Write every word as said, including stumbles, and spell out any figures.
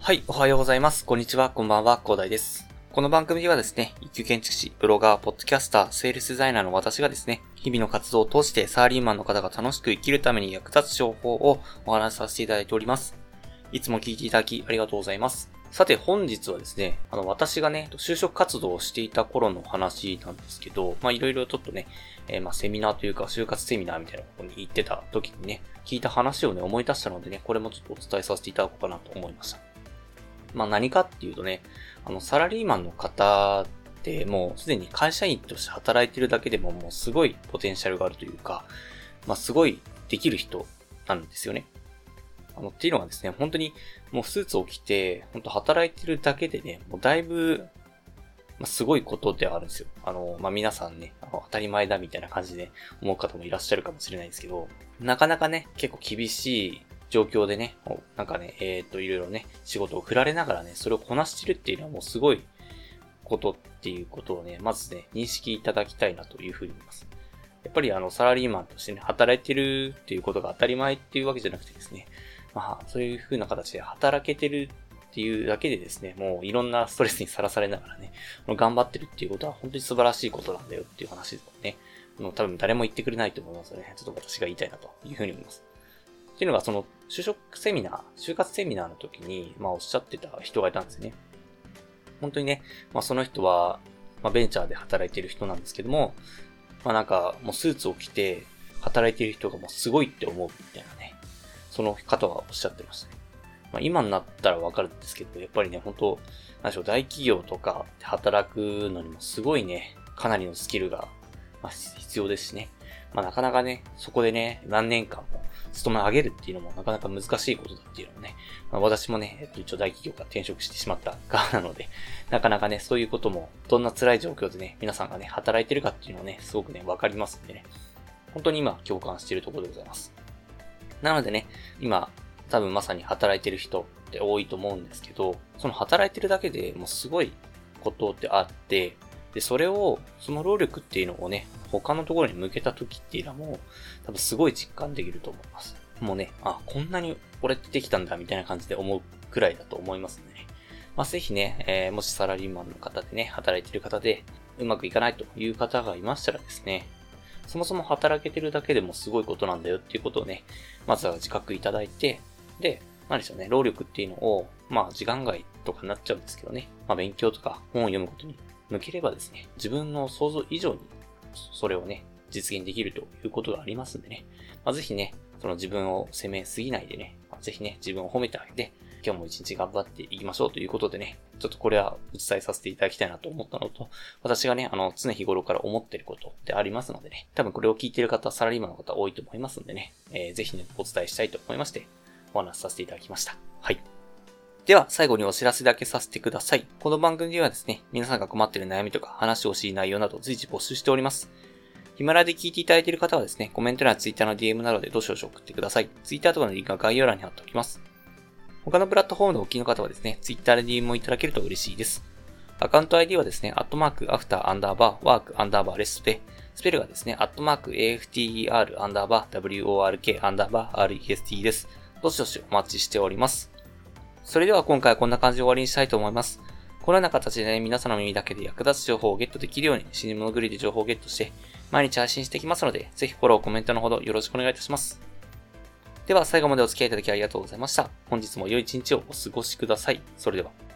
はい、おはようございます。こんにちは、こんばんは、広大です。この番組ではですね、一級建築士、ブロガー、ポッドキャスター、セールスデザイナーの私がですね、日々の活動を通してサラリーマンの方が楽しく生きるために役立つ情報をお話しさせていただいております。いつも聞いていただきありがとうございます。さて本日はですね、あの私がね、就職活動をしていた頃の話なんですけど、まあいろいろちょっとね、えー、まあセミナーというか就活セミナーみたいなところに行ってた時にね、聞いた話をね、思い出したのでね、これもちょっとお伝えさせていただこうかなと思いました。まあ何かっていうとね、あのサラリーマンの方ってもうすでに会社員として働いてるだけでももうすごいポテンシャルがあるというか、まあすごいできる人なんですよね。あのっていうのがですね、本当にもうスーツを着て、本当働いてるだけでね、もうだいぶ、まあ、すごいことではあるんですよ。あの、まあ皆さんね、あの当たり前だみたいな感じで思う方もいらっしゃるかもしれないですけど、なかなかね、結構厳しい状況でね、なんかね、えっと、いろいろね、仕事を振られながらね、それをこなしてるっていうのはもうすごいことっていうことをね、まずね、認識いただきたいなというふうに思います。やっぱりあの、サラリーマンとしてね、働いてるっていうことが当たり前っていうわけじゃなくてですね、まあ、そういう風な形で働けてるっていうだけでですね、もういろんなストレスにさらされながらね、頑張ってるっていうことは本当に素晴らしいことなんだよっていう話ですね。多分誰も言ってくれないと思いますので、ね、ちょっと私が言いたいなというふうに思います。っていうのがその就職セミナー、就活セミナーの時に、まあおっしゃってた人がいたんですね。本当にね、まあその人は、まあベンチャーで働いてる人なんですけども、まあなんかもうスーツを着て働いてる人がもうすごいって思うみたいなね、その方がおっしゃってましたね。まあ今になったらわかるんですけど、やっぱりね、本当なんでしょう、大企業とかで働くのにもすごいね、かなりのスキルが、まあ、必要ですしね。まあなかなかね、そこでね、何年間も勤め上げるっていうのもなかなか難しいことだっていうのもね、まあ、私もね、えっと、一応大企業から転職してしまった側なので、なかなかね、そういうことも、どんな辛い状況でね、皆さんがね、働いてるかっていうのをね、すごくね、わかりますんでね、本当に今共感しているところでございます。なのでね、今、多分まさに働いてる人って多いと思うんですけど、その働いてるだけでもうすごいことってあって、で、それを、その労力っていうのをね、他のところに向けた時っていうのはもう、多分すごい実感できると思います。もうね、あ、こんなに俺ってできたんだみたいな感じで思うくらいだと思いますんでね。まあ、ぜひね、えー、もしサラリーマンの方でね、働いてる方で、うまくいかないという方がいましたらですね、そもそも働けてるだけでもすごいことなんだよっていうことをね、まずは自覚いただいて、で、何でしょうね、労力っていうのを、まあ時間外とかになっちゃうんですけどね、まあ勉強とか本を読むことに向ければですね、自分の想像以上にそれをね、実現できるということがありますんでね、まあぜひね、その自分を責めすぎないでね、まあ、ぜひね、自分を褒めてあげて、今日も一日頑張っていきましょうということでね、ちょっとこれはお伝えさせていただきたいなと思ったのと、私がね、あの、常日頃から思っていることでありますのでね、多分これを聞いている方、サラリーマンの方多いと思いますんでね、えー、ぜひね、お伝えしたいと思いまして、お話しさせていただきました。はい。では、最後にお知らせだけさせてください。この番組ではですね、皆さんが困っている悩みとか話してほしい内容など随時募集しております。ヒマラヤで聞いていただいている方はですね、コメント欄や Twitter の ディーエム などでどしどし送ってください。Twitter とかのリンクは概要欄に貼っておきます。他のプラットフォームでお聞きの方はですね、Twitter で ディーエム をいただけると嬉しいです。アカウント アイディー はですね、アットマーク、アフター、アンダーバー、ワーク、アンダーバー、レスペ。スペルがですね、アットマーク、エーエフティーイーアール、アンダーバー、ダブリューオーアールケー、アンダーバー、アールイーエスティー です。どしどしお待ちしております。それでは今回はこんな感じで終わりにしたいと思います。このような形でね、皆さんの耳だけで役立つ情報をゲットできるように、死に物狂いで情報をゲットして、毎日配信していきますので、ぜひフォロー、コメントのほどよろしくお願いいたします。では最後までお付き合いいただきありがとうございました。本日も良い一日をお過ごしください。それでは。